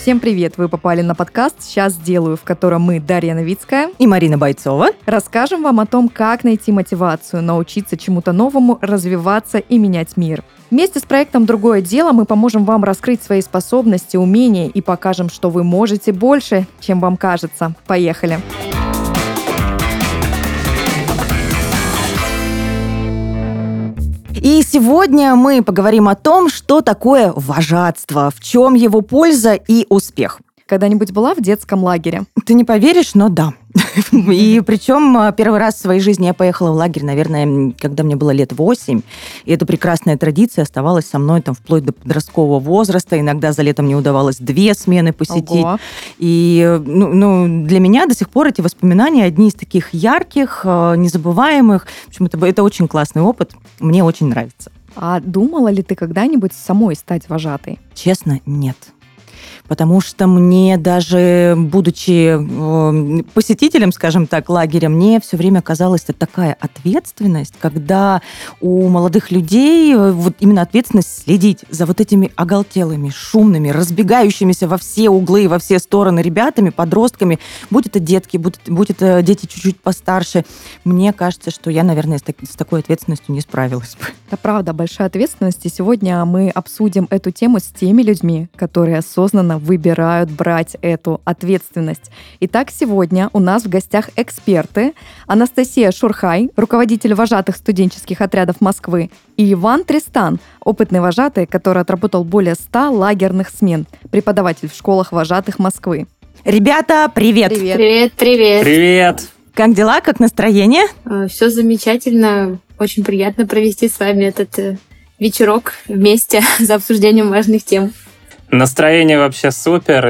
Всем привет! Вы попали на подкаст «Сейчас сделаю», в котором мы, Дарья Новицкая и Марина Бойцова, расскажем вам о том, как найти мотивацию, научиться чему-то новому, развиваться и менять мир. Вместе с проектом «Другое дело» мы поможем вам раскрыть свои способности, умения и покажем, что вы можете больше, чем вам кажется. Поехали! И сегодня мы поговорим о том, что такое вожатство, в чем его польза и успех. Когда-нибудь была в детском лагере? Ты не поверишь, но да. И причем первый раз в своей жизни я поехала в лагерь, наверное, когда мне было лет 8. И эта прекрасная традиция оставалась со мной там вплоть до подросткового возраста. Иногда за летом мне удавалось 2 смены посетить. Ого. И для меня до сих пор эти воспоминания одни из таких ярких, незабываемых. В общем, это очень классный опыт. Мне очень нравится. А думала ли ты когда-нибудь самой стать вожатой? Честно, нет. Потому что мне даже, будучи посетителем, скажем так, лагеря, мне все время казалась это такая ответственность, когда у молодых людей вот именно ответственность следить за вот этими оголтелыми, шумными, разбегающимися во все углы, во все стороны ребятами, подростками, будь это детки, будь это дети чуть-чуть постарше. Мне кажется, что я, наверное, с такой ответственностью не справилась бы. Это правда, большая ответственность. И сегодня мы обсудим эту тему с теми людьми, которые осознанно выбирают брать эту ответственность. Итак, сегодня у нас в гостях эксперты Анастасия Шурхай, руководитель вожатых студенческих отрядов Москвы, и Иван Тристан, опытный вожатый, который отработал более 100 лагерных смен, преподаватель в школах вожатых Москвы. Ребята, привет! Привет! Привет! Как дела, как настроение? Все замечательно. Очень приятно провести с вами этот вечерок вместе за обсуждением важных тем. Настроение вообще супер,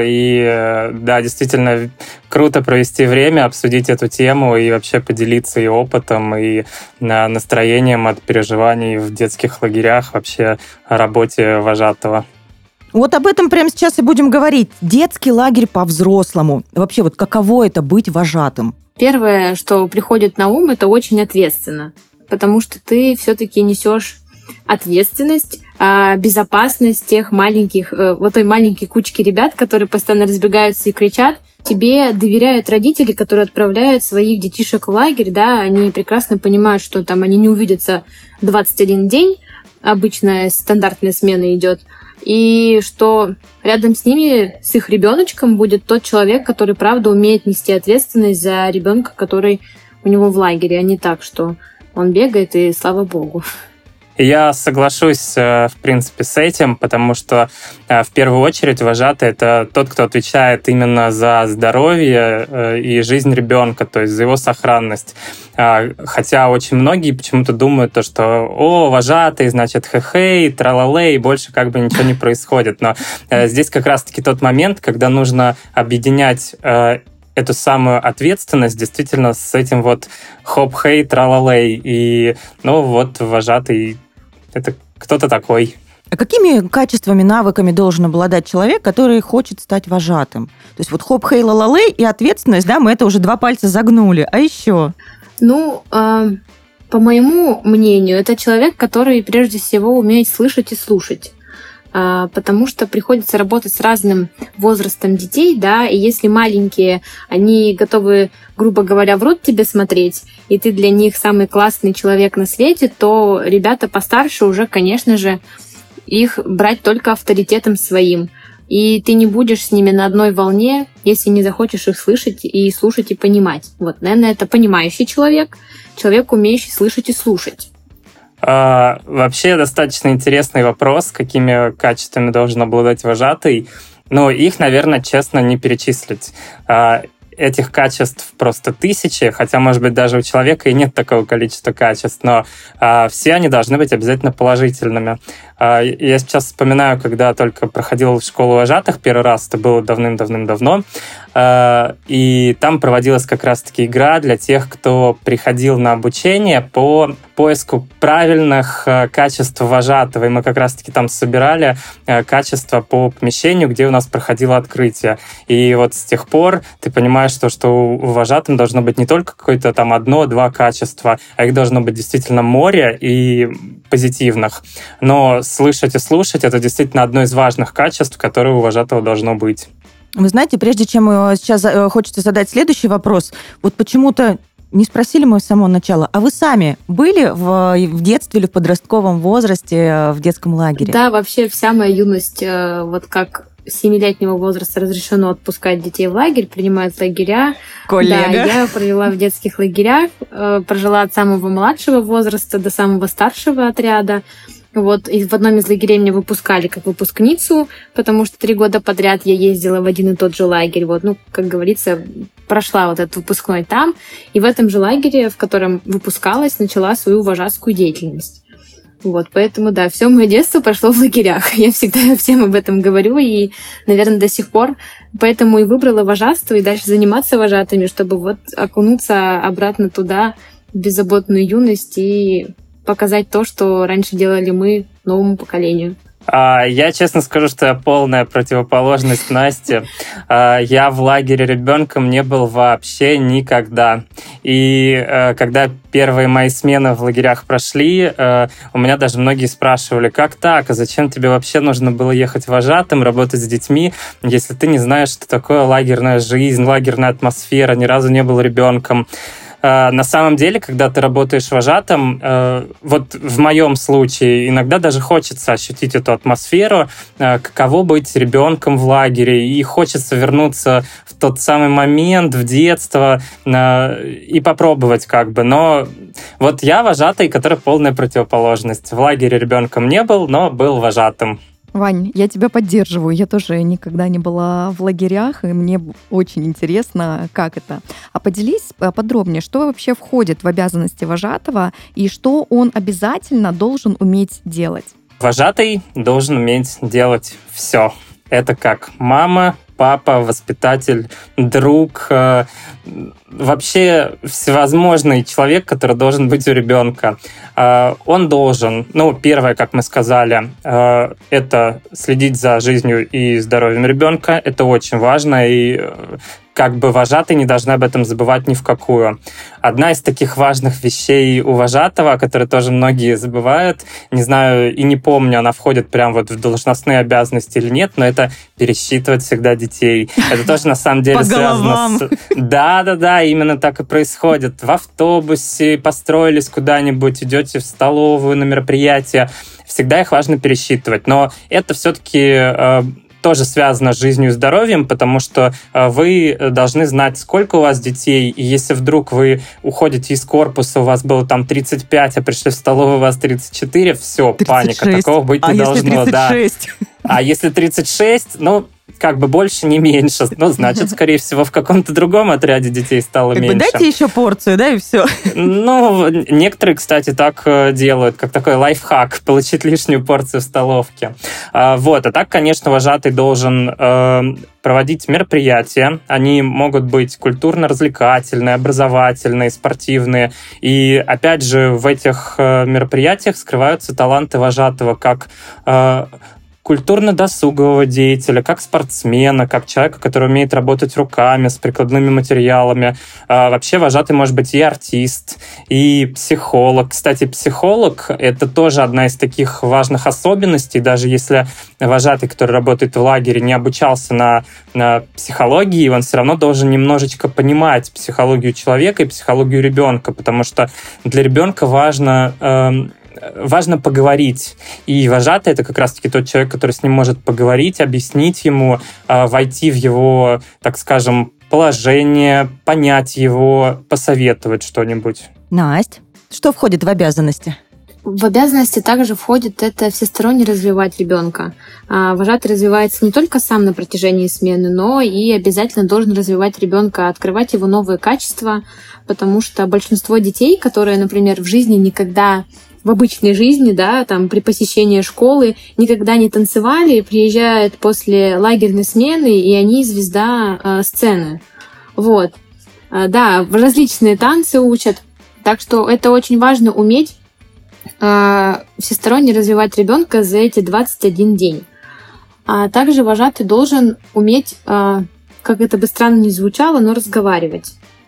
и да, действительно круто провести время, обсудить эту тему и вообще поделиться и опытом, и настроением от переживаний в детских лагерях, вообще о работе вожатого. Вот об этом прямо сейчас и будем говорить. Детский лагерь по-взрослому. Вообще, вот каково это быть вожатым? Первое, что приходит на ум, это очень ответственно, потому что ты все-таки несешь ответственность, безопасность тех маленьких, вот той маленькой кучки ребят, которые постоянно разбегаются и кричат. Тебе доверяют родители, которые отправляют своих детишек в лагерь, да, они прекрасно понимают, что там они не увидятся 21 день, обычная стандартная смена идет, и что рядом с ними, с их ребеночком, будет тот человек, который, правда, умеет нести ответственность за ребенка, который у него в лагере, а не так, что он бегает, и слава богу. Я соглашусь, в принципе, с этим, потому что в первую очередь вожатый — это тот, кто отвечает именно за здоровье и жизнь ребенка, то есть за его сохранность. Хотя очень многие почему-то думают, что вожатый, значит, хе-хей, тра-ла-лей, и больше как бы ничего не происходит. Но здесь как раз-таки тот момент, когда нужно объединять эту самую ответственность действительно с этим вот хоп-хей, тра-ла-лей. И, вожатый — это кто-то такой. А какими качествами, навыками должен обладать человек, который хочет стать вожатым? То есть вот хоп-хей-ла-ла-лей и ответственность, да, мы это уже 2 пальца загнули. А еще? По моему мнению, это человек, который прежде всего умеет слышать и слушать. Потому что приходится работать с разным возрастом детей, да, и если маленькие, они готовы, грубо говоря, в рот тебе смотреть, и ты для них самый классный человек на свете, то ребята постарше уже, конечно же, их брать только авторитетом своим. И ты не будешь с ними на одной волне, если не захочешь их слышать и слушать и понимать. Вот, наверное, это понимающий человек, умеющий слышать и слушать. Вообще достаточно интересный вопрос, какими качествами должен обладать вожатый. Но их, наверное, честно, не перечислить. Этих качеств просто тысячи, хотя, может быть, даже у человека и нет такого количества качеств, но все они должны быть обязательно положительными. Я сейчас вспоминаю, когда только проходил школу вожатых первый раз, это было давным-давным-давно, и там проводилась как раз-таки игра для тех, кто приходил на обучение по поиску правильных качеств вожатого, и мы как раз-таки там собирали качества по помещению, где у нас проходило открытие. И вот с тех пор ты понимаешь, что у вожатым должно быть не только какое-то там 1-2 качества, а их должно быть действительно море и позитивных. Но слышать и слушать — это действительно одно из важных качеств, которое у вожатого должно быть. Вы знаете, прежде чем сейчас хочется задать следующий вопрос, вот почему-то не спросили мы с самого начала, а вы сами были в детстве или в подростковом возрасте в детском лагере? Да, вообще вся моя юность, вот как 7-летнего возраста разрешено отпускать детей в лагерь, принимают лагеря. Коллега. Да, я провела в детских лагерях, прожила от самого младшего возраста до самого старшего отряда. Вот, и в одном из лагерей меня выпускали как выпускницу, потому что 3 года подряд я ездила в один и тот же лагерь. Вот, ну, как говорится, прошла вот этот выпускной там. И в этом же лагере, в котором выпускалась, начала свою вожатскую деятельность. Вот, поэтому, да, все мое детство прошло в лагерях. Я всегда всем об этом говорю, и, наверное, до сих пор поэтому и выбрала вожатство, и дальше заниматься вожатыми, чтобы вот окунуться обратно туда, в беззаботную юность, и показать то, что раньше делали мы новому поколению. Я честно скажу, что я полная противоположность Насте. Я в лагере ребенком не был вообще никогда. И когда первые мои смены в лагерях прошли, у меня даже многие спрашивали, как так, а зачем тебе вообще нужно было ехать вожатым, работать с детьми, если ты не знаешь, что такое лагерная жизнь, лагерная атмосфера, ни разу не был ребенком. На самом деле, когда ты работаешь вожатым, вот в моем случае иногда даже хочется ощутить эту атмосферу, каково быть ребенком в лагере, и хочется вернуться в тот самый момент, в детство, и попробовать как бы. Но вот я вожатый, который полная противоположность. В лагере ребенком не был, но был вожатым. Вань, я тебя поддерживаю. Я тоже никогда не была в лагерях, и мне очень интересно, как это. А поделись подробнее, что вообще входит в обязанности вожатого и что он обязательно должен уметь делать? Вожатый должен уметь делать все. Это как мама, папа, воспитатель, друг, вообще всевозможный человек, который должен быть у ребенка. Он должен, первое, как мы сказали, это следить за жизнью и здоровьем ребенка. Это очень важно, и как бы вожатый не должны об этом забывать ни в какую. Одна из таких важных вещей у вожатого, о которой тоже многие забывают, не знаю и не помню, она входит прям вот в должностные обязанности или нет, но это пересчитывать всегда детей. Это тоже на самом деле связано с... Да, именно так и происходит. В автобусе построились куда-нибудь, идете в столовую на мероприятие, всегда их важно пересчитывать. Но это все-таки тоже связано с жизнью и здоровьем, потому что вы должны знать, сколько у вас детей, и если вдруг вы уходите из корпуса, у вас было там 35, а пришли в столовую, у вас 34, все, 36. Паника, такого быть не должно. Если 36? Да. А если 36, как бы больше, не меньше. Значит, скорее всего, в каком-то другом отряде детей стало меньше. Дайте еще порцию, да, и все. Некоторые, кстати, так делают, как такой лайфхак, получить лишнюю порцию в столовке. А так, конечно, вожатый должен проводить мероприятия. Они могут быть культурно-развлекательные, образовательные, спортивные. И, опять же, в этих мероприятиях скрываются таланты вожатого, как культурно-досугового деятеля, как спортсмена, как человека, который умеет работать руками, с прикладными материалами. Вообще вожатый может быть и артист, и психолог. Кстати, психолог — это тоже одна из таких важных особенностей. Даже если вожатый, который работает в лагере, не обучался на психологии, он все равно должен немножечко понимать психологию человека и психологию ребенка, потому что для ребенка важно поговорить. И вожатый — это как раз-таки тот человек, который с ним может поговорить, объяснить ему, войти в его, так скажем, положение, понять его, посоветовать что-нибудь. Настя, что входит в обязанности? В обязанности также входит это всесторонне развивать ребенка. Вожатый развивается не только сам на протяжении смены, но и обязательно должен развивать ребенка, открывать его новые качества, потому что большинство детей, которые, например, в жизни никогда в обычной жизни, да, там при посещении школы никогда не танцевали, приезжают после лагерной смены, и они звезда сцены. Вот. Да, различные танцы учат. Так что это очень важно уметь всесторонне развивать ребенка за эти 21 день. А также вожатый должен уметь, как это бы странно ни звучало, но разговаривать.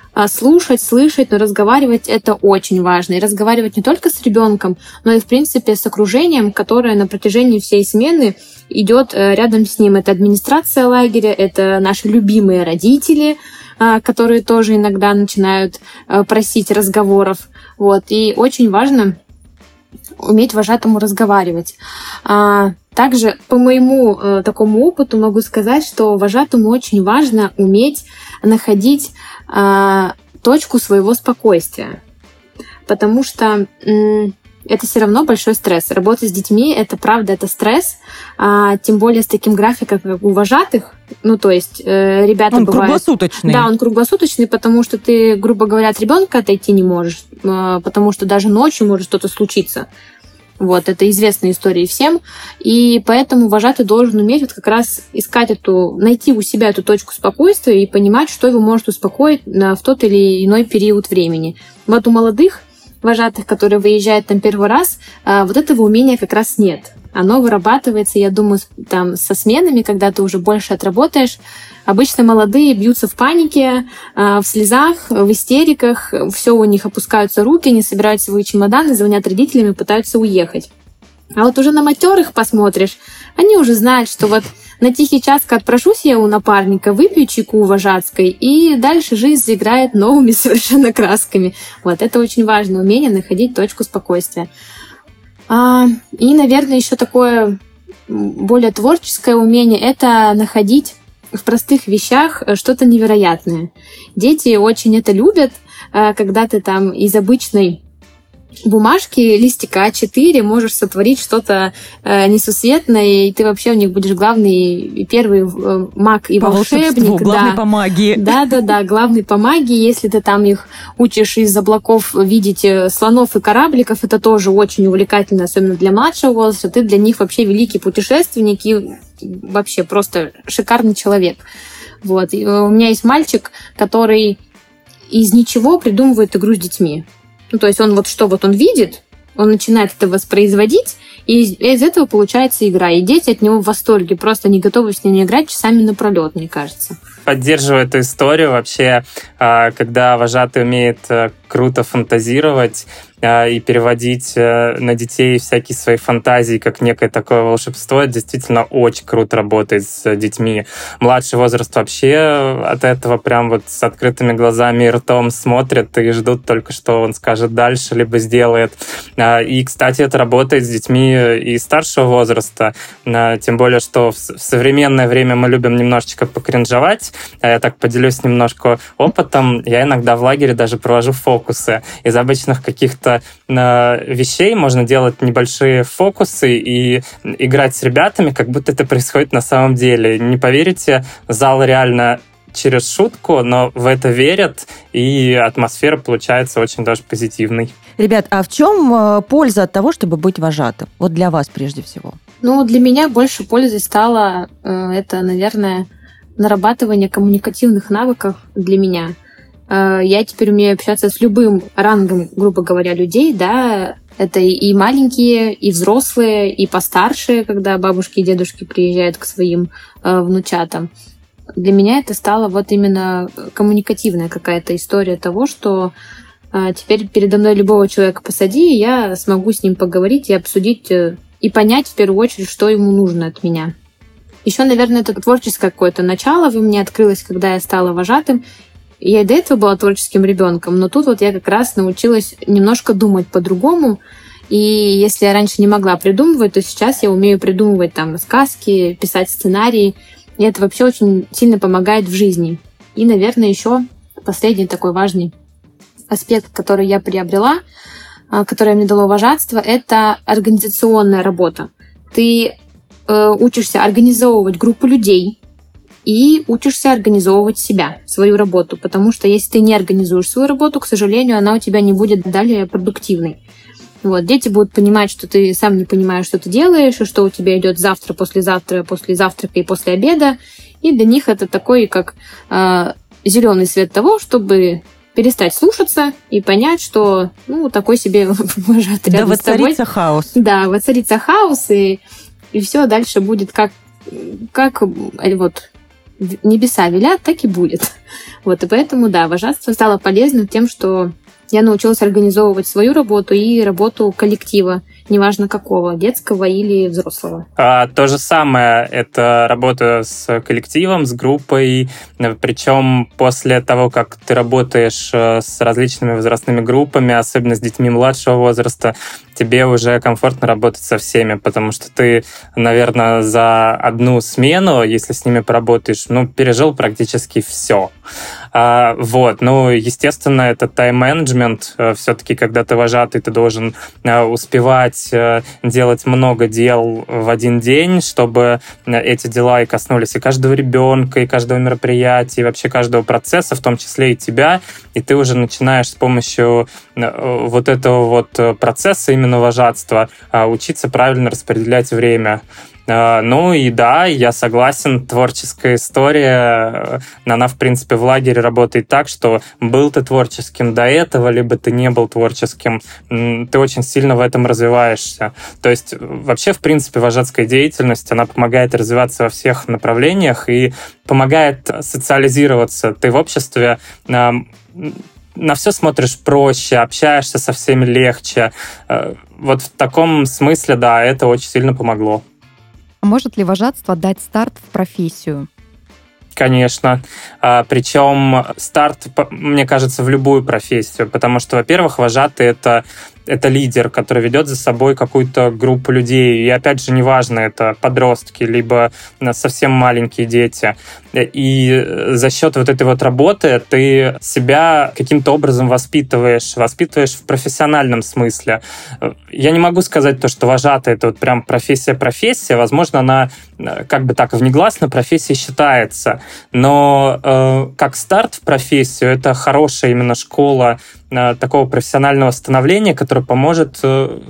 слушать, слышать, но разговаривать это очень важно. И разговаривать не только с ребенком, но и, в принципе, с окружением, которое на протяжении всей смены идет рядом с ним. Это администрация лагеря, это наши любимые родители, которые тоже иногда начинают просить разговоров. Вот. И очень важно уметь вожатому разговаривать. Также по моему такому опыту могу сказать, что вожатому очень важно уметь находить точку своего спокойствия, потому что это все равно большой стресс. Работа с детьми — это правда, это стресс, тем более с таким графиком, как у вожатых. Ну, то есть ребята он бывают... круглосуточный. Да, он круглосуточный, потому что ты, грубо говоря, от ребенка отойти не можешь, потому что даже ночью может что-то случиться. Вот, это известная история всем. И поэтому вожатый должен уметь вот как раз искать найти у себя эту точку спокойствия и понимать, что его может успокоить в тот или иной период времени. Вот у молодых вожатых, которые выезжают там первый раз, вот этого умения как раз нет. Оно вырабатывается, я думаю, там со сменами, когда ты уже больше отработаешь. Обычно молодые бьются в панике, в слезах, в истериках. Все у них опускаются руки, они собирают свои чемоданы, звонят родителям и пытаются уехать. А вот уже на матерых посмотришь, они уже знают, что вот на тихий час отпрошусь я у напарника, выпью чайку вожатской, и дальше жизнь заиграет новыми совершенно красками. Вот это очень важное умение — находить точку спокойствия. И, наверное, еще такое более творческое умение — это находить в простых вещах что-то невероятное. Дети очень это любят, когда ты там из обычной бумажки, листика А4 можешь сотворить что-то несусветное, и ты вообще у них будешь главный и первый маг и по волшебник. Главный по магии. Да, главный по магии. Если ты там их учишь из облаков видеть слонов и корабликов, это тоже очень увлекательно, особенно для младшего возраста. Ты для них вообще великий путешественник и вообще просто шикарный человек. Вот. И у меня есть мальчик, который из ничего придумывает игру с детьми. Ну, то есть он он видит, он начинает это воспроизводить, и из этого получается игра. И дети от него в восторге, просто не готовы с ним играть часами напролет, мне кажется. Поддерживаю эту историю. Вообще, когда вожатый умеет круто фантазировать и переводить на детей всякие свои фантазии, как некое такое волшебство, это действительно очень круто работает с детьми. Младший возраст вообще от этого прям вот с открытыми глазами и ртом смотрят и ждут только, что он скажет дальше, либо сделает. И, кстати, это работает с детьми и старшего возраста, тем более, что в современное время мы любим немножечко покринжевать. Я так поделюсь немножко опытом. Я иногда в лагере даже провожу фокусы. Из обычных каких-то вещей можно делать небольшие фокусы и играть с ребятами, как будто это происходит на самом деле. Не поверите, зал реально через шутку, но в это верят, и атмосфера получается очень даже позитивной. Ребят, а в чем польза от того, чтобы быть вожатым? Вот для вас прежде всего. Ну, для меня больше пользой стало это, наверное, нарабатывание коммуникативных навыков для меня. Я теперь умею общаться с любым рангом, грубо говоря, людей, да, это и маленькие, и взрослые, и постарше, когда бабушки и дедушки приезжают к своим внучатам. Для меня это стало вот именно коммуникативная какая-то история того, что теперь передо мной любого человека посади, и я смогу с ним поговорить и обсудить, и понять в первую очередь, что ему нужно от меня. Еще, наверное, это творческое какое-то начало у меня открылось, когда я стала вожатым. Я и до этого была творческим ребенком, но тут вот я как раз научилась немножко думать по-другому. И если я раньше не могла придумывать, то сейчас я умею придумывать там сказки, писать сценарии. И это вообще очень сильно помогает в жизни. И, наверное, еще последний такой важный аспект, который я приобрела, который мне дало вожатство, это организационная работа. Ты учишься организовывать группу людей, и учишься организовывать себя, свою работу. Потому что если ты не организуешь свою работу, к сожалению, она у тебя не будет далее продуктивной. Вот. Дети будут понимать, что ты сам не понимаешь, что ты делаешь, и что у тебя идет завтра, послезавтра, после завтрака и после обеда. И для них это такой, как зеленый свет того, чтобы перестать слушаться и понять, что такой себе вожатый рядом с тобой. Да, воцарится хаос. Да, воцарится хаос, и все дальше будет как вот небеса велят, так и будет. Вот, и поэтому, да, вожатство стало полезным тем, что я научилась организовывать свою работу и работу коллектива, неважно какого, детского или взрослого. То же самое, это работа с коллективом, с группой, причем после того, как ты работаешь с различными возрастными группами, особенно с детьми младшего возраста, тебе уже комфортно работать со всеми, потому что ты, наверное, за одну смену, если с ними поработаешь, пережил практически все. Естественно, это тайм-менеджмент. Все-таки, когда ты вожатый, ты должен успевать делать много дел в один день, чтобы эти дела и коснулись и каждого ребенка, и каждого мероприятия, и вообще каждого процесса, в том числе и тебя, и ты уже начинаешь с помощью вот этого процесса именно вожатства учиться правильно распределять время. Я согласен, творческая история, она, в принципе, в лагере работает так, что был ты творческим до этого, либо ты не был творческим, ты очень сильно в этом развиваешься. То есть вообще, в принципе, вожатская деятельность, она помогает развиваться во всех направлениях и помогает социализироваться. Ты в обществе на все смотришь проще, общаешься со всеми легче. Вот в таком смысле, да, это очень сильно помогло. Может ли вожатство дать старт в профессию? Конечно. Причем старт, мне кажется, в любую профессию, потому что, во-первых, вожатый — это лидер, который ведет за собой какую-то группу людей. И опять же, неважно, это подростки, либо совсем маленькие дети. И за счет вот этой работы ты себя каким-то образом воспитываешь в профессиональном смысле. Я не могу сказать то, что вожатый — это прям профессия. Возможно, она как бы так внегласно профессией считается. Но как старт в профессию — это хорошая именно школа такого профессионального становления, которое поможет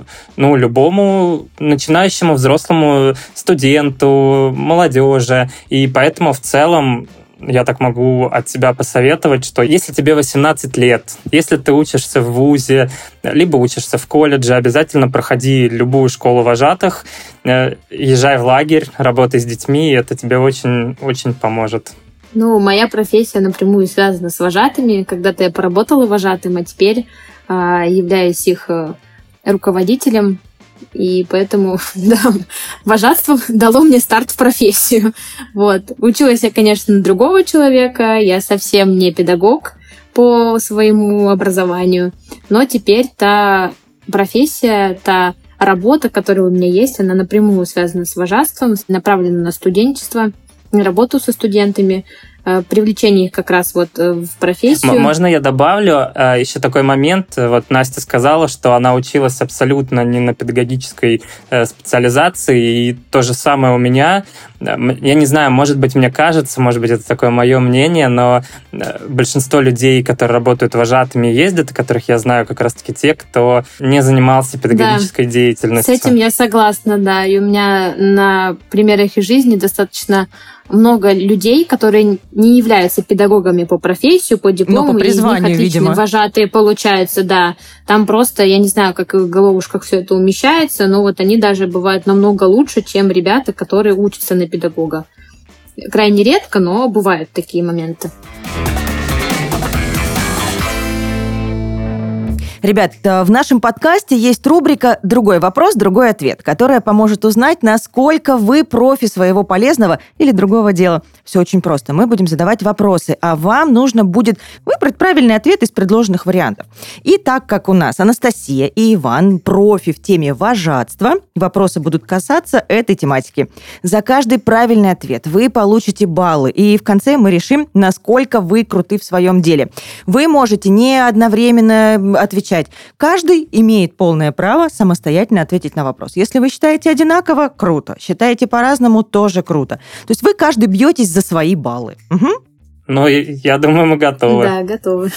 любому начинающему взрослому студенту, молодежи. И поэтому в целом я так могу от себя посоветовать, что если тебе 18 лет, если ты учишься в вузе, либо учишься в колледже, обязательно проходи любую школу вожатых, езжай в лагерь, работай с детьми, и это тебе очень-очень поможет. Моя профессия напрямую связана с вожатыми. Когда-то я поработала вожатым, а теперь являюсь их руководителем. И поэтому, да, вожатство дало мне старт в профессию. Вот. Училась я, конечно, на другого человека. Я совсем не педагог по своему образованию. Но теперь та профессия, та работа, которая у меня есть, она напрямую связана с вожатством, направлена на студенчество, на работу со студентами, привлечение их как раз в профессию. Можно я добавлю еще такой момент? Вот Настя сказала, что она училась абсолютно не на педагогической специализации, и то же самое у меня. Я не знаю, может быть, мне кажется, может быть, это такое мое мнение, но большинство людей, которые работают вожатыми и ездят, которых я знаю, как раз-таки те, кто не занимался педагогической деятельностью. С этим я согласна, да. И у меня на примерах из жизни достаточно много людей, которые не являются педагогами по профессию, по диплому, по призванию, из них отличные видимо. Вожатые получаются, да. Там просто, я не знаю, как в головушках все это умещается, но они даже бывают намного лучше, чем ребята, которые учатся на педагога. Крайне редко, но бывают такие моменты. Ребят, в нашем подкасте есть рубрика «Другой вопрос, другой ответ», которая поможет узнать, насколько вы профи своего полезного или другого дела. Все очень просто. Мы будем задавать вопросы, а вам нужно будет выбрать правильный ответ из предложенных вариантов. И так как у нас Анастасия и Иван профи в теме вожатства, вопросы будут касаться этой тематики. За каждый правильный ответ вы получите баллы, и в конце мы решим, насколько вы круты в своем деле. Вы можете не одновременно отвечать. Каждый имеет полное право самостоятельно ответить на вопрос. Если вы считаете одинаково, круто. Считаете по-разному, тоже круто. То есть вы каждый бьетесь за свои баллы. Угу. Я думаю, мы готовы. Да, готовы.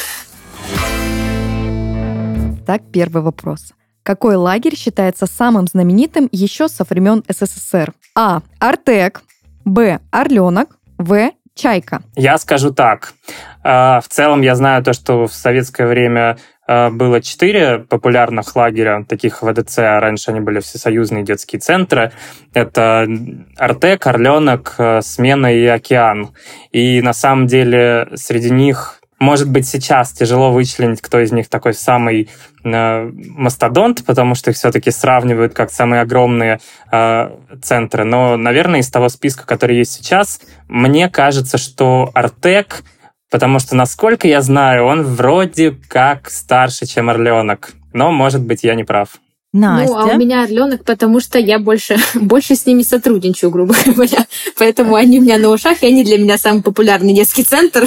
Так, первый вопрос. Какой лагерь считается самым знаменитым еще со времен СССР? А. Артек. Б. Орленок. В. Чайка. Я скажу так. В целом я знаю то, что в советское время было 4 популярных лагеря, таких ВДЦ, а раньше они были всесоюзные детские центры. Это Артек, Орленок, Смена и Океан. И на самом деле среди них, может быть, сейчас тяжело вычленить, кто из них такой самый мастодонт, потому что их все-таки сравнивают как самые огромные центры. Но, наверное, из того списка, который есть сейчас, мне кажется, что Артек, потому что, насколько я знаю, он вроде как старше, чем Орленок. Но, может быть, я не прав. Настя? Ну, а у меня Орленок, потому что я больше с ними сотрудничаю, грубо говоря. Поэтому они у меня на ушах, и они для меня самый популярный детский центр.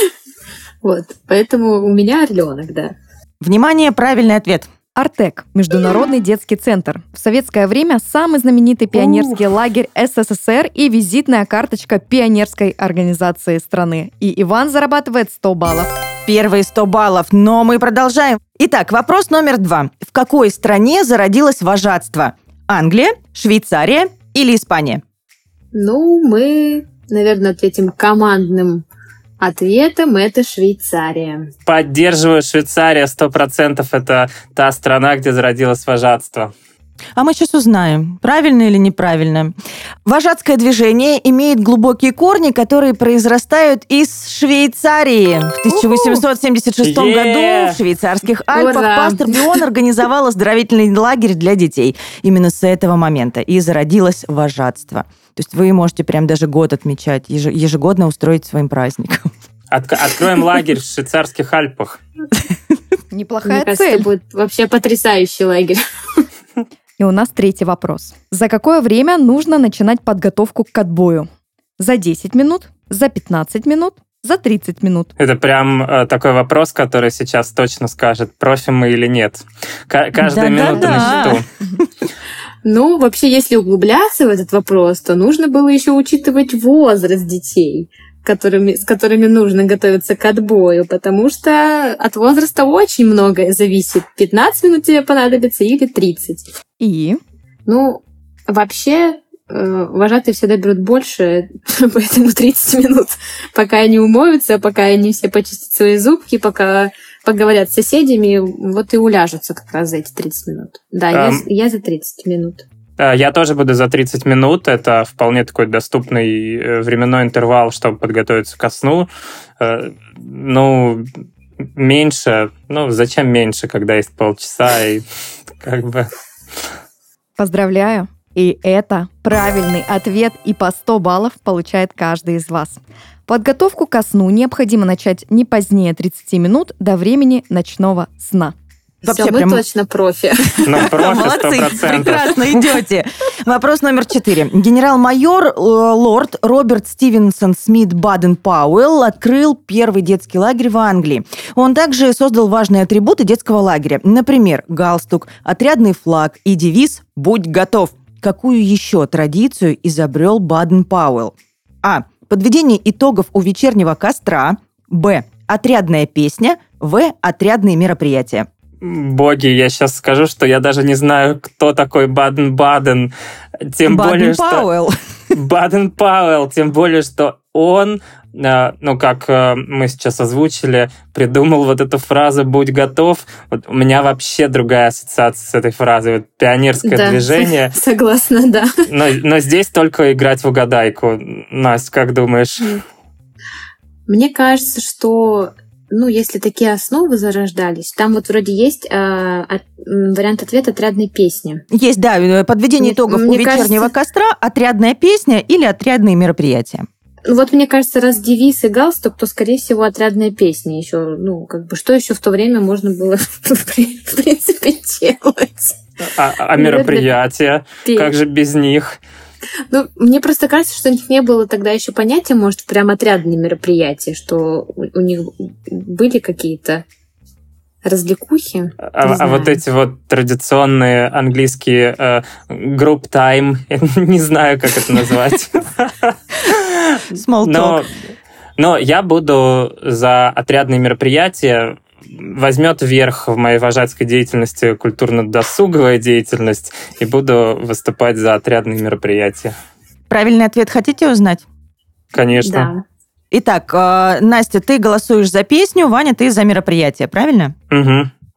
Вот. Поэтому у меня Орленок, да. Внимание, правильный ответ. Артек – Международный детский центр. В советское время самый знаменитый пионерский лагерь СССР и визитная карточка пионерской организации страны. И Иван зарабатывает 100 баллов. Первые 100 баллов, но мы продолжаем. Итак, вопрос номер 2. В какой стране зародилось вожатство? Англия, Швейцария или Испания? Ну, мы, наверное, ответим командным ответом. Это Швейцария. Поддерживаю Швейцария 100%. Это та страна, где зародилось вожатство. А мы сейчас узнаем, правильно или неправильно. Вожатское движение имеет глубокие корни, которые произрастают из Швейцарии. В 1876 году в швейцарских Альпах Ура! пастор Бион организовал оздоровительный лагерь для детей. Именно с этого момента и зародилось вожатство. То есть вы можете прям даже год отмечать, ежегодно устроить своим праздником. Откроем лагерь в швейцарских Альпах. Неплохая Мне кажется, цель. это будет вообще потрясающий лагерь. И у нас третий вопрос. За какое время нужно начинать подготовку к отбою? За 10 минут? За 15 минут? За 30 минут? Это прям такой вопрос, который сейчас точно скажет, профи мы или нет. Каждая минута на счету. Ну, вообще, если углубляться в этот вопрос, то нужно было еще учитывать возраст детей, с которыми нужно готовиться к отбою, потому что от возраста очень многое зависит. 15 минут тебе понадобится или 30. И? Ну, вообще, вожатые всегда берут больше, поэтому 30 минут, пока они умоются, пока они все почистят свои зубки, пока поговорят с соседями, вот и уляжутся как раз за эти 30 минут. Да, я за 30 минут. Я тоже буду за 30 минут. Это вполне такой доступный временной интервал, чтобы подготовиться ко сну. Ну, меньше. Ну, зачем меньше, когда есть полчаса и как бы... Поздравляю. И это правильный ответ, и по 100 баллов получает каждый из вас. Подготовку ко сну необходимо начать не позднее 30 минут до времени ночного сна. Все, мы точно профи. Ну, профи Молодцы, 100%. прекрасно идете. Вопрос номер 4. Генерал-майор лорд Роберт Стивенсон Смит Баден-Пауэлл открыл первый детский лагерь в Англии. Он также создал важные атрибуты детского лагеря. Например, галстук, отрядный флаг и девиз «Будь готов». Какую еще традицию изобрел Баден-Пауэлл? А. Подведение итогов у вечернего костра. Б. Отрядная песня. В. Отрядные мероприятия. Боги, я сейчас скажу, что я даже не знаю, кто такой Баден-Баден. Тем более, что... Баден-Пауэлл. Тем более, что он, ну, как мы сейчас озвучили, придумал вот эту фразу «Будь готов». Вот у меня вообще другая ассоциация с этой фразой. Вот пионерское движение. Согласна, да. Но здесь только играть в угадайку. Настя, как думаешь? Мне кажется, что... Ну, если такие основы зарождались, там вот вроде есть вариант ответа «Отрядной песни». Есть, да, подведение итогов у вечернего костра, отрядная песня или отрядные мероприятия. Вот мне кажется, раз девиз и галстук, то, скорее всего, отрядная песня еще. Ну, как бы, что еще в то время можно было, в принципе, делать? А мероприятия? Как же без них? Ну, мне просто кажется, что у них не было тогда еще понятия, может, прям отрядные мероприятия, что у них были какие-то развлекухи. А вот эти вот традиционные английские group time, я не знаю, как это назвать. Small talk. Но я буду за отрядные мероприятия. Возьмет верх в моей вожатской деятельности культурно-досуговая деятельность, и буду выступать за отрядные мероприятия. Правильный ответ хотите узнать? Конечно. Да. Итак, Настя, ты голосуешь за песню, Ваня, ты за мероприятие, правильно? Угу.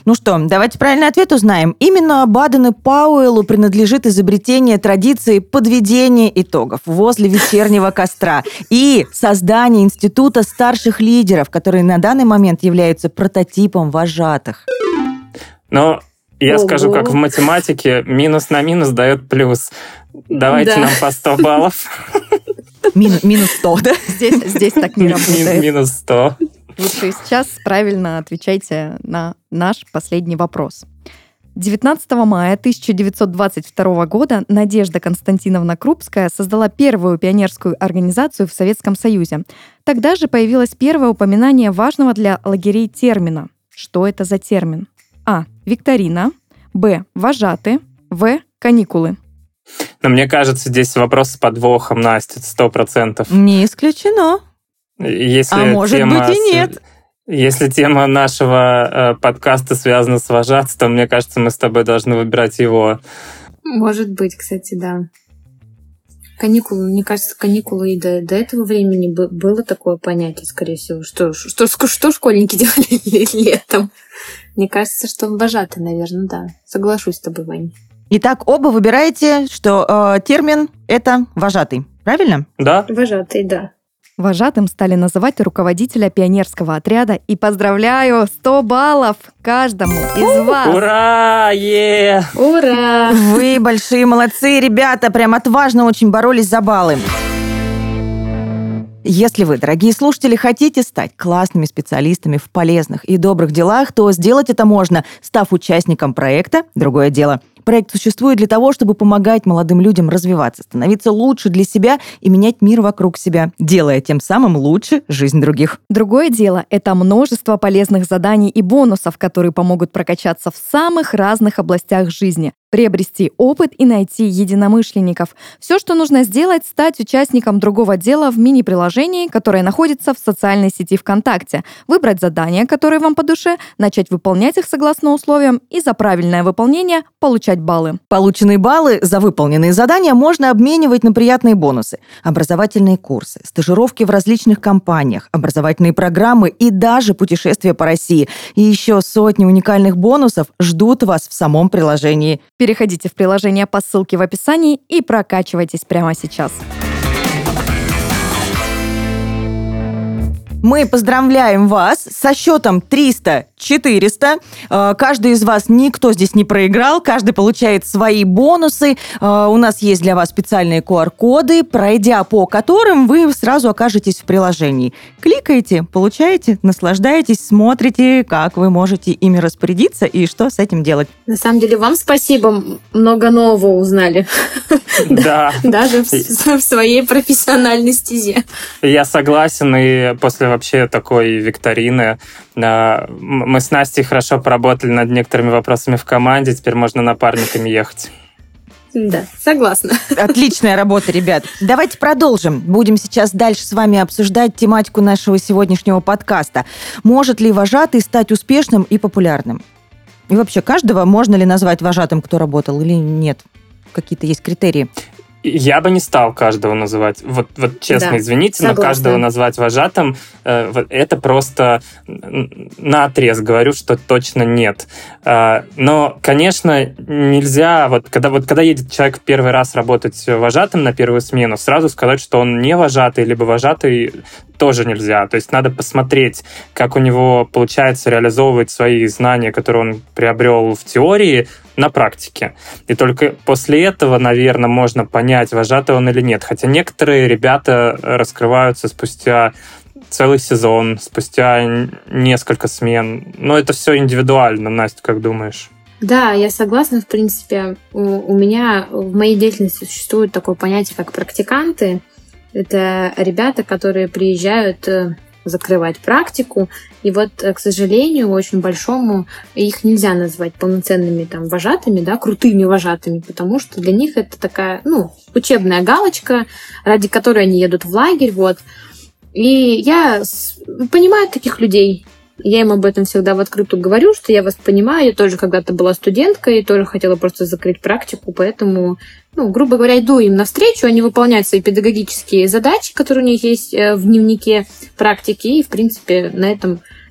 Ну что, давайте правильный ответ узнаем. Именно Бадену-Пауэллу принадлежит изобретение традиции подведения итогов возле вечернего костра и создание института старших лидеров, которые на данный момент являются прототипом вожатых. Но я Ого. скажу, как в математике, минус на минус дает плюс. Давайте Да. нам по 100 баллов. Минус 100, да? Здесь так не работает. Минус 100. Лучше сейчас правильно отвечайте на наш последний вопрос. 19 мая 1922 года Надежда Константиновна Крупская создала первую пионерскую организацию в Советском Союзе. Тогда же появилось первое упоминание важного для лагерей термина. Что это за термин? А. Викторина. Б. Вожаты. В. Каникулы. Но мне кажется, здесь вопрос с подвохом, Настя, 100%. Не исключено. Если А может тема быть и нет. Если тема нашего подкаста связана с вожатством, мне кажется, мы с тобой должны выбирать его. Может быть, кстати, да. Каникулы, мне кажется, каникулы и до этого времени было такое понятие, скорее всего. Что школьники делали летом? Мне кажется, что вожатый, наверное, да. Соглашусь с тобой, Вань. Итак, оба выбираете, что термин – это вожатый. Правильно? Да? Вожатый, да. Вожатым стали называть руководителя пионерского отряда. И поздравляю, 100 баллов каждому из вас. Ура! Е! Ура! Вы большие молодцы, ребята, прям отважно очень боролись за баллы. Если вы, дорогие слушатели, хотите стать классными специалистами в полезных и добрых делах, то сделать это можно, став участником проекта «Другое дело». Проект существует для того, чтобы помогать молодым людям развиваться, становиться лучше для себя и менять мир вокруг себя, делая тем самым лучше жизнь других. Другое дело — это множество полезных заданий и бонусов, которые помогут прокачаться в самых разных областях жизни, приобрести опыт и найти единомышленников. Все, что нужно сделать, стать участником другого дела в мини-приложении, которое находится в социальной сети ВКонтакте, выбрать задания, которые вам по душе, начать выполнять их согласно условиям и за правильное выполнение получать баллы. Полученные баллы за выполненные задания можно обменивать на приятные бонусы. Образовательные курсы, стажировки в различных компаниях, образовательные программы и даже путешествия по России. И еще сотни уникальных бонусов ждут вас в самом приложении. Переходите в приложение по ссылке в описании и прокачивайтесь прямо сейчас. Мы поздравляем вас со счетом 300-400. Каждый из вас, никто здесь не проиграл, каждый получает свои бонусы. У нас есть для вас специальные QR-коды, пройдя по которым вы сразу окажетесь в приложении. Кликаете, получаете, наслаждаетесь, смотрите, как вы можете ими распорядиться и что с этим делать. На самом деле, вам спасибо, много нового узнали. Да. Даже в своей профессиональной стезе. Я согласен, и после вообще такой викторины мы с Настей хорошо поработали над некоторыми вопросами в команде, теперь можно напарниками ехать. Да, согласна. Отличная работа, ребят. Давайте продолжим. Будем сейчас дальше с вами обсуждать тематику нашего сегодняшнего подкаста. Может ли вожатый стать успешным и популярным? И вообще, каждого можно ли назвать вожатым, кто работал, или нет? Какие-то есть критерии? Я бы не стал каждого называть. Вот честно, Да, извините, согласна. но каждого назвать вожатым, это просто наотрез говорю, что точно нет. Но, конечно, нельзя, когда едет человек в первый раз работать вожатым на первую смену, сразу сказать, что он не вожатый, либо вожатый, тоже нельзя. То есть надо посмотреть, как у него получается реализовывать свои знания, которые он приобрел в теории, на практике. И только после этого, наверное, можно понять, вожатый он или нет. Хотя некоторые ребята раскрываются спустя целый сезон, спустя несколько смен. Но это все индивидуально. Настя, как думаешь? Да, я согласна. В принципе, у меня в моей деятельности существует такое понятие, как практиканты. Это ребята, которые приезжают закрывать практику. И вот, к сожалению, очень большому, их нельзя назвать полноценными вожатыми, да, крутыми вожатыми, потому что для них это такая, учебная галочка, ради которой они едут в лагерь, вот. И я понимаю таких людей. Я им об этом всегда в открытую говорю, что я вас понимаю, я тоже когда-то была студенткой, и тоже хотела просто закрыть практику, поэтому, грубо говоря, иду им навстречу, они выполняют свои педагогические задачи, которые у них есть в дневнике практики, и, в принципе, на этом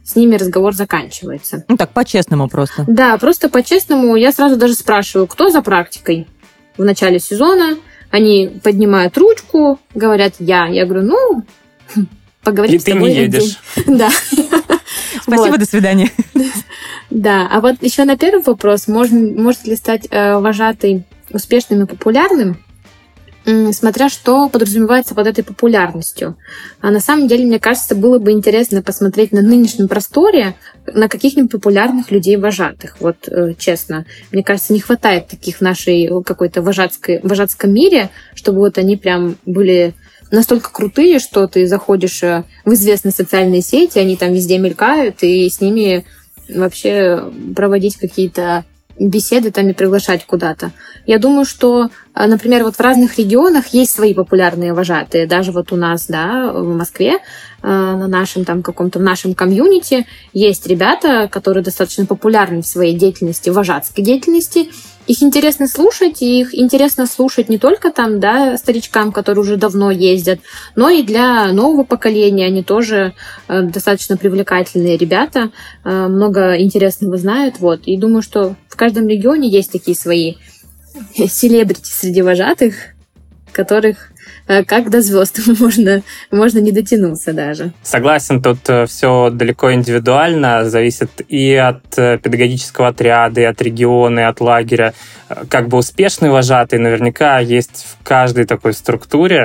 с ними разговор заканчивается. Ну так, по-честному просто. Да, просто по-честному. Я сразу даже спрашиваю, кто за практикой в начале сезона. Они поднимают ручку, говорят «я». Я говорю, поговорим с тобой. И ты не едешь. Да. Спасибо, до свидания. Да, а вот еще на первый вопрос, может ли стать вожатый успешным и популярным, смотря что подразумевается под этой популярностью. А на самом деле, мне кажется, было бы интересно посмотреть на нынешнем просторе на каких-нибудь популярных людей-вожатых. Вот честно, мне кажется, не хватает таких в нашей какой-то вожатском мире, чтобы вот они прям были настолько крутые, что ты заходишь в известные социальные сети, они там везде мелькают, и с ними вообще проводить какие-то беседы там и приглашать куда-то. Я думаю, что, например, вот в разных регионах есть свои популярные вожатые. Даже вот у нас, да, в Москве, на нашем там каком-то в нашем комьюнити есть ребята, которые достаточно популярны в своей деятельности, вожатской деятельности. Их интересно слушать, и их интересно слушать не только там, да, старичкам, которые уже давно ездят, но и для нового поколения. Они тоже достаточно привлекательные ребята, много интересного знают. Вот. И думаю, что в каждом регионе есть такие свои селебрити среди вожатых, которых как до звезд можно не дотянуться даже. Согласен, тут все далеко индивидуально, зависит и от педагогического отряда, и от региона, и от лагеря. Как бы успешный вожатый наверняка есть в каждой такой структуре,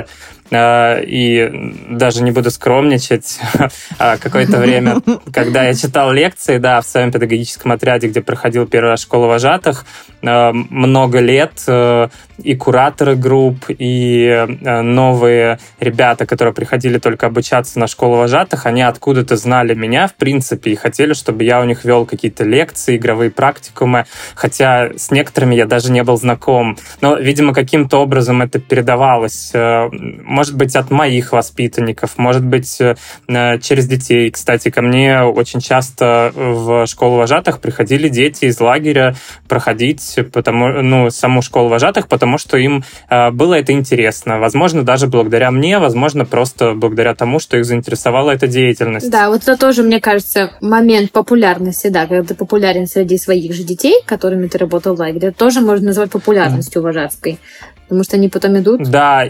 и даже не буду скромничать, какое-то время, когда я читал лекции, да, в своем педагогическом отряде, где проходил первая школа вожатых, много лет и кураторы групп, и новые ребята, которые приходили только обучаться на школу вожатых, они откуда-то знали меня, в принципе, и хотели, чтобы я у них вел какие-то лекции, игровые практикумы, хотя с некоторыми я даже не был знаком. Но, видимо, каким-то образом это передавалось. Может быть, от моих воспитанников, может быть, через детей. Кстати, ко мне очень часто в школу вожатых приходили дети из лагеря проходить саму школу вожатых, потому что им было это интересно. Возможно, даже благодаря мне, возможно, просто благодаря тому, что их заинтересовала эта деятельность. Да, вот это тоже, мне кажется, момент популярности, да, когда ты популярен среди своих же детей, которыми ты работал в лагере, это тоже можно назвать популярностью вожатской. Потому что они потом идут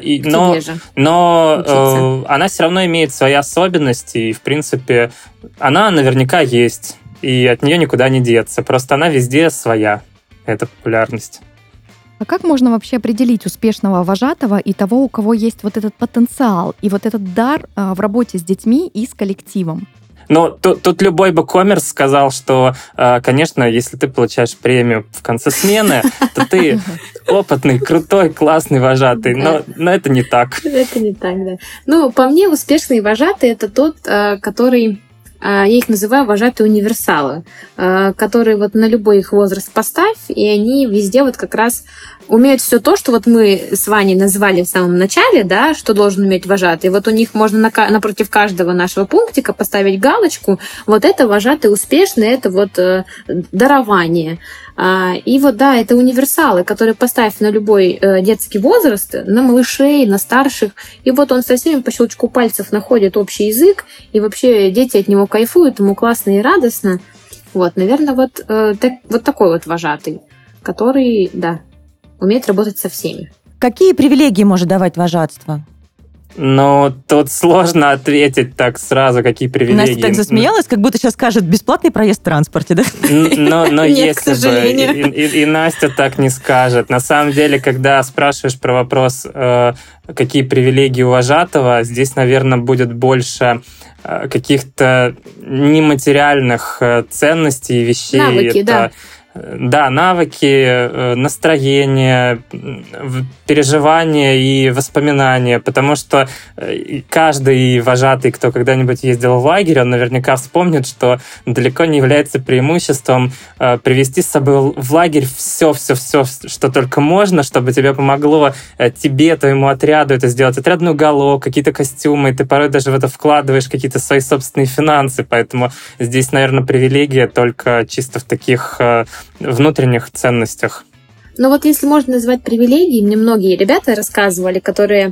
но она все равно имеет свои особенности, и, в принципе, она наверняка есть, и от нее никуда не деться. Просто она везде своя, эта популярность. А как можно вообще определить успешного вожатого и того, у кого есть вот этот потенциал и вот этот дар в работе с детьми и с коллективом? Ну, тут любой бы коммерс сказал, что, конечно, если ты получаешь премию в конце смены, то ты опытный, крутой, классный вожатый. Но это не так. Это не так, да. Ну, по мне, успешный вожатый — это тот, который... Я их называю вожатые универсалы, которые вот на любой их возраст поставь, и они везде вот как раз умеют все то, что вот мы с Ваней назвали в самом начале, да, что должен уметь вожатый. Вот у них можно напротив каждого нашего пунктика поставить галочку. Вот это вожатый успешный, это вот дарование. И вот, да, это универсалы, которые поставь на любой детский возраст, на малышей, на старших, и вот он со всеми по щелчку пальцев находит общий язык, и вообще дети от него кайфуют, ему классно и радостно. Вот, наверное, вот такой вот вожатый, который, да, умеет работать со всеми. Какие привилегии может давать вожатство? Ну, тут сложно ответить так сразу, какие привилегии. Настя так засмеялась, как будто сейчас скажет бесплатный проезд в транспорте, да? Но Нет, к сожалению. И Настя так не скажет. На самом деле, когда спрашиваешь про вопрос, какие привилегии у вожатого, здесь, наверное, будет больше каких-то нематериальных ценностей и вещей. Навыки, да. Да, навыки, настроение, переживания и воспоминания, потому что каждый вожатый, кто когда-нибудь ездил в лагерь, он наверняка вспомнит, что далеко не является преимуществом привезти с собой в лагерь все, что только можно, чтобы тебе помогло, тебе, твоему отряду это сделать. Отрядный уголок, какие-то костюмы, и ты порой даже в это вкладываешь какие-то свои собственные финансы, поэтому здесь, наверное, привилегия только чисто в таких внутренних ценностях. Но вот если можно назвать привилегией, мне многие ребята рассказывали, которые,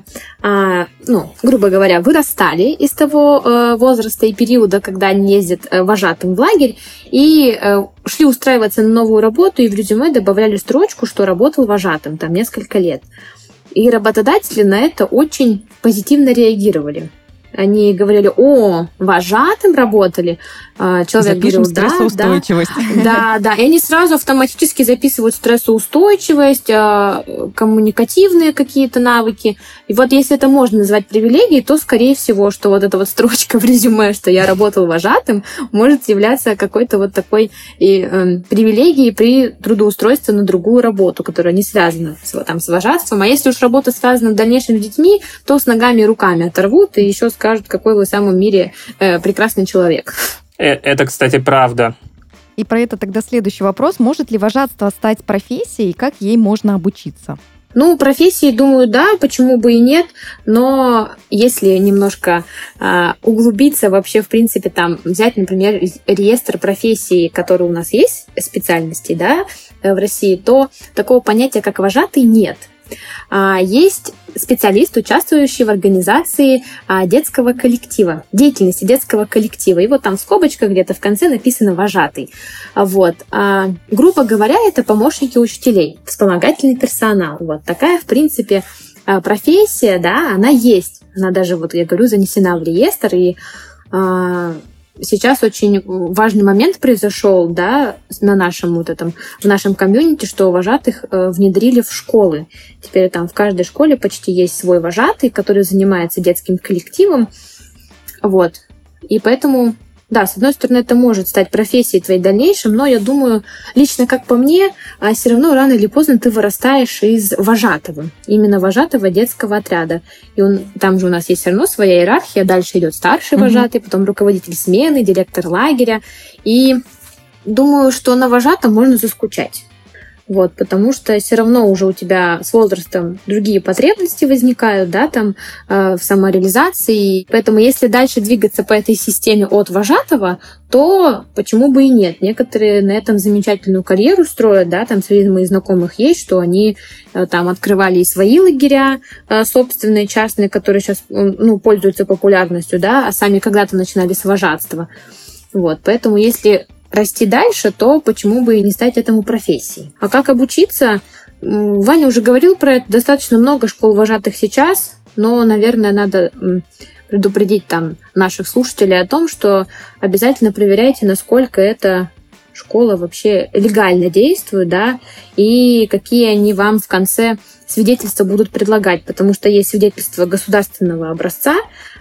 грубо говоря, вырастали из того возраста и периода, когда они ездят вожатым в лагерь, и шли устраиваться на новую работу, и в резюме добавляли строчку, что работал вожатым там несколько лет. И работодатели на это очень позитивно реагировали. Они говорили: о, вожатым работали. Человек запишем говорил: да, стрессоустойчивость. Да. И они сразу автоматически записывают стрессоустойчивость, коммуникативные какие-то навыки. И вот если это можно назвать привилегией, то, скорее всего, что вот эта вот строчка в резюме, что я работал вожатым, может являться какой-то вот такой привилегией при трудоустройстве на другую работу, которая не связана с вожатством. А если уж работа связана в дальнейшем с детьми, то с ногами и руками оторвут и еще скажут, какой вы в самом мире прекрасный человек. Это, кстати, правда. И про это тогда следующий вопрос. Может ли вожатство стать профессией, и как ей можно обучиться? Профессии, думаю, да, почему бы и нет, но если немножко углубиться вообще, в принципе, там взять, например, реестр профессий, которые у нас есть, специальностей, да, в России, то такого понятия, как вожатый, нет. Есть специалист, участвующий в организации детского коллектива, деятельности детского коллектива. И вот там в скобочках где-то в конце написано «вожатый». Вот. Грубо говоря, это помощники учителей, вспомогательный персонал. Вот такая, в принципе, профессия, да, она есть. Она даже, вот я говорю, занесена в реестр, и сейчас очень важный момент произошел, да, в нашем комьюнити, что вожатых внедрили в школы. Теперь там в каждой школе почти есть свой вожатый, который занимается детским коллективом. Вот. И поэтому, да, с одной стороны, это может стать профессией твоей дальнейшей, но я думаю, лично как по мне, все равно рано или поздно ты вырастаешь из вожатого, именно вожатого детского отряда. И там же у нас есть все равно своя иерархия, дальше идет старший вожатый, потом руководитель смены, директор лагеря. И думаю, что на вожатом можно заскучать. Вот, потому что все равно уже у тебя с возрастом другие потребности возникают, да, там, в самореализации. Поэтому если дальше двигаться по этой системе от вожатого, то почему бы и нет? Некоторые на этом замечательную карьеру строят, да, там среди моих знакомых есть, что они там открывали и свои лагеря собственные, частные, которые сейчас, пользуются популярностью, да, а сами когда-то начинали с вожатства. Вот, поэтому если расти дальше, то почему бы и не стать этому профессией? А как обучиться? Ваня уже говорил про это. Достаточно много школ вожатых сейчас, но, наверное, надо предупредить там наших слушателей о том, что обязательно проверяйте, насколько эта школа вообще легально действует, да, и какие они вам в конце свидетельства будут предлагать, потому что есть свидетельство государственного образца,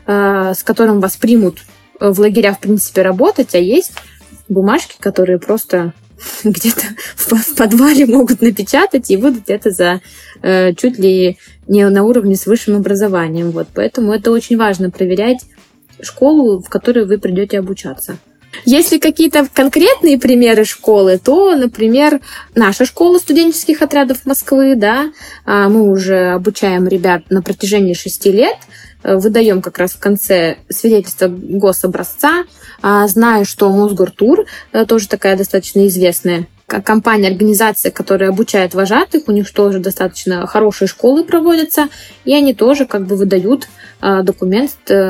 с которым вас примут в лагеря, в принципе, работать, а есть бумажки, которые просто где-то в подвале могут напечатать и выдать это за чуть ли не на уровне с высшим образованием. Вот. Поэтому это очень важно проверять школу, в которой вы придете обучаться. Если какие-то конкретные примеры школы, то, например, наша школа студенческих отрядов Москвы, да, мы уже обучаем ребят на протяжении 6 лет, выдаем как раз в конце свидетельство гособразца. Знаю, что Мосгортур, тоже такая достаточно известная компания, организация, которая обучает вожатых, у них тоже достаточно хорошие школы проводятся, и они тоже как бы выдают документ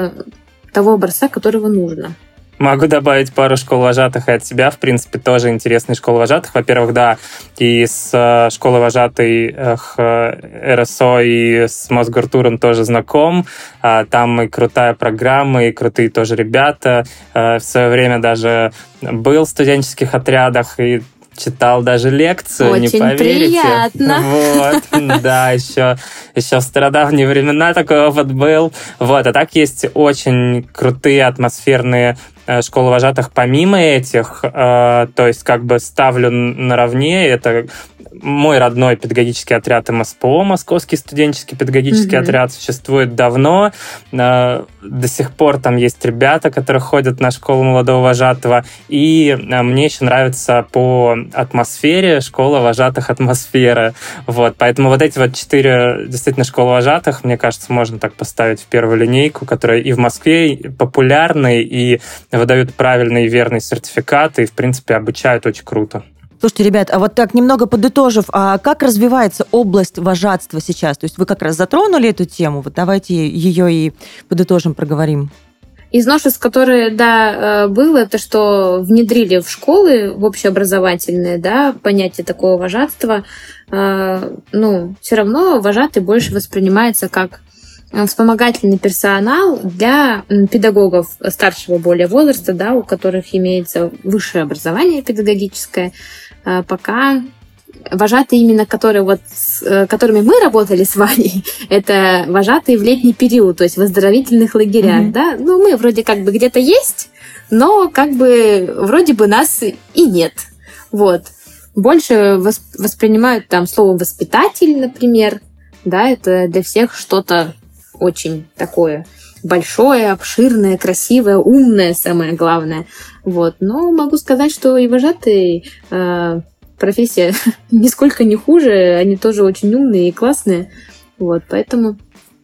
того образца, которого нужно. Могу добавить пару школ вожатых и от себя. В принципе, тоже интересные школы вожатых. Во-первых, да, и с школой вожатых РСО, и с Мосгортуром тоже знаком. Там и крутая программа, и крутые тоже ребята. В свое время даже был в студенческих отрядах и читал даже лекцию, очень не поверите. Приятно. Вот, да, еще в стародавние времена такой опыт был. Вот, а так есть очень крутые атмосферные школы вожатых помимо этих, то есть как бы ставлю наравне, это мой родной педагогический отряд МСПО, Московский студенческий педагогический отряд, существует давно, до сих пор там есть ребята, которые ходят на школу молодого вожатого, и мне еще нравится по атмосфере школа вожатых атмосфера, вот, поэтому вот эти вот 4 действительно школы вожатых, мне кажется, можно так поставить в первую линейку, которые и в Москве популярны, и выдают правильный и верный сертификат, и, в принципе, обучают очень круто. Слушайте, ребят, а вот так немного подытожив, а как развивается область вожатства сейчас? То есть вы как раз затронули эту тему, вот давайте ее и подытожим, проговорим. Из новшеств, которые, было, это что внедрили в школы, в общеобразовательные, понятие такого вожатства. Все равно вожатый больше воспринимается как вспомогательный персонал для педагогов старшего более возраста, у которых имеется высшее образование педагогическое. Пока вожатые именно, с которыми мы работали с Ваней, это вожатые в летний период, то есть в оздоровительных лагерях, мы вроде как бы где-то есть, но как бы вроде бы нас и нет. Больше воспринимают там слово «воспитатель», например, это для всех что-то очень такое большое, обширное, красивое, умное, самое главное. Но могу сказать, что и вожатые профессия нисколько не хуже, они тоже очень умные и классные. Поэтому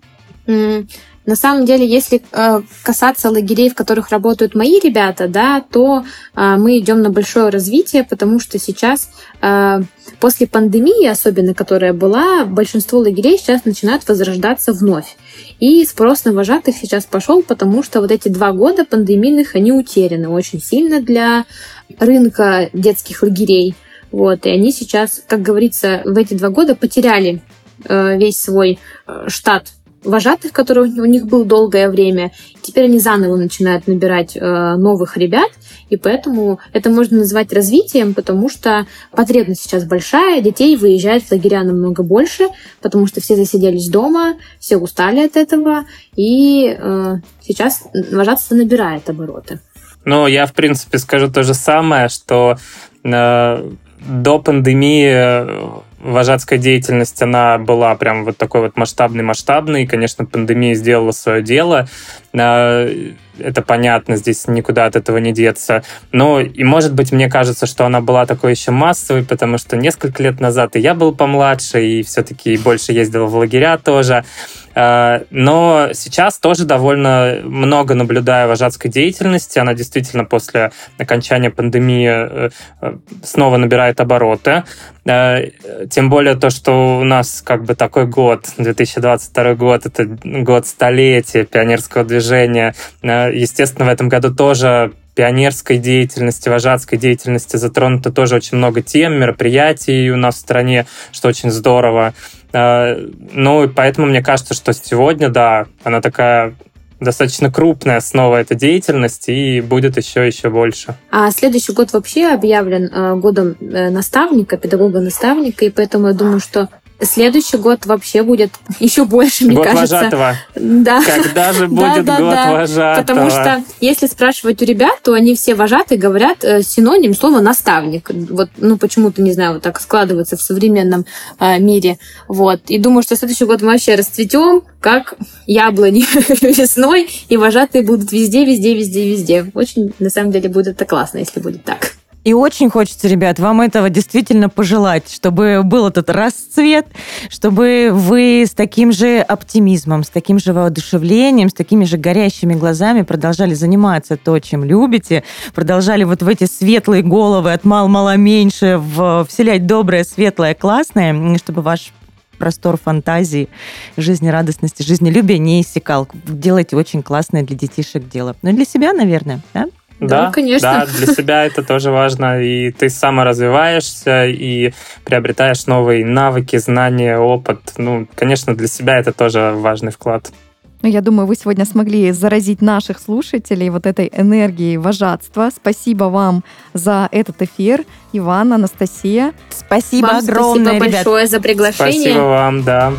на самом деле, если касаться лагерей, в которых работают мои ребята, то мы идем на большое развитие, потому что сейчас, после пандемии, особенно которая была, большинство лагерей сейчас начинают возрождаться вновь. И спрос на вожатых сейчас пошел, потому что эти 2 года пандемийных, они утеряны очень сильно для рынка детских лагерей. И они сейчас, как говорится, в эти 2 года потеряли весь свой штат вожатых, который у них был долгое время. Теперь они заново начинают набирать новых ребят, и поэтому это можно назвать развитием, потому что потребность сейчас большая, детей выезжает в лагеря намного больше, потому что все засиделись дома, все устали от этого, и сейчас вожатство набирает обороты. Я, в принципе, скажу то же самое, что до пандемии вожатская деятельность, она была прям такой масштабной. Конечно, пандемия сделала свое дело. Это понятно, здесь никуда от этого не деться. И, может быть, мне кажется, что она была такой еще массовой, потому что несколько лет назад и я был помладше, и все-таки больше ездил в лагеря тоже. Но сейчас тоже довольно много наблюдаю вожатской деятельности. Она действительно после окончания пандемии снова набирает обороты. Тем более то, что у нас такой год, 2022 год, это год столетия пионерского движения. Естественно, в этом году тоже пионерской деятельности, вожатской деятельности затронуто тоже очень много тем, мероприятий у нас в стране, что очень здорово. И поэтому мне кажется, что сегодня, она такая достаточно крупная снова эта деятельность, и будет еще больше. А следующий год вообще объявлен годом наставника, педагога-наставника, и поэтому я думаю, что следующий год вообще будет еще больше, мне кажется. Год вожатого. Да. Когда же будет год вожатого? Потому что, если спрашивать у ребят, то они все вожатые говорят синоним слова «наставник». Почему-то, не знаю, так складывается в современном мире. И думаю, что следующий год мы вообще расцветем, как яблони весной, и вожатые будут везде. Очень, на самом деле, будет это классно, если будет так. И очень хочется, ребят, вам этого действительно пожелать, чтобы был этот расцвет, чтобы вы с таким же оптимизмом, с таким же воодушевлением, с такими же горящими глазами продолжали заниматься то, чем любите, продолжали в эти светлые головы от мало меньше вселять доброе, светлое, классное, чтобы ваш простор фантазии, жизнерадостности, жизнелюбия не иссякал. Делайте очень классное для детишек дело. И для себя, наверное, да? Да, конечно. Да, для себя это тоже важно. И ты саморазвиваешься и приобретаешь новые навыки, знания, опыт. Конечно, для себя это тоже важный вклад. Я думаю, вы сегодня смогли заразить наших слушателей этой энергией вожатства. Спасибо вам за этот эфир. Иван, Анастасия. Спасибо вам огромное, спасибо большое за приглашение. Спасибо вам, да.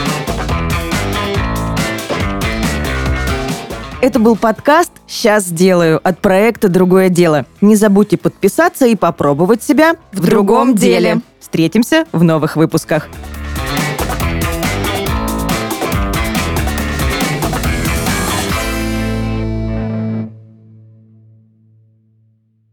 Это был подкаст «Сейчас сделаю» от проекта «Другое дело». Не забудьте подписаться и попробовать себя в другом деле. Встретимся в новых выпусках.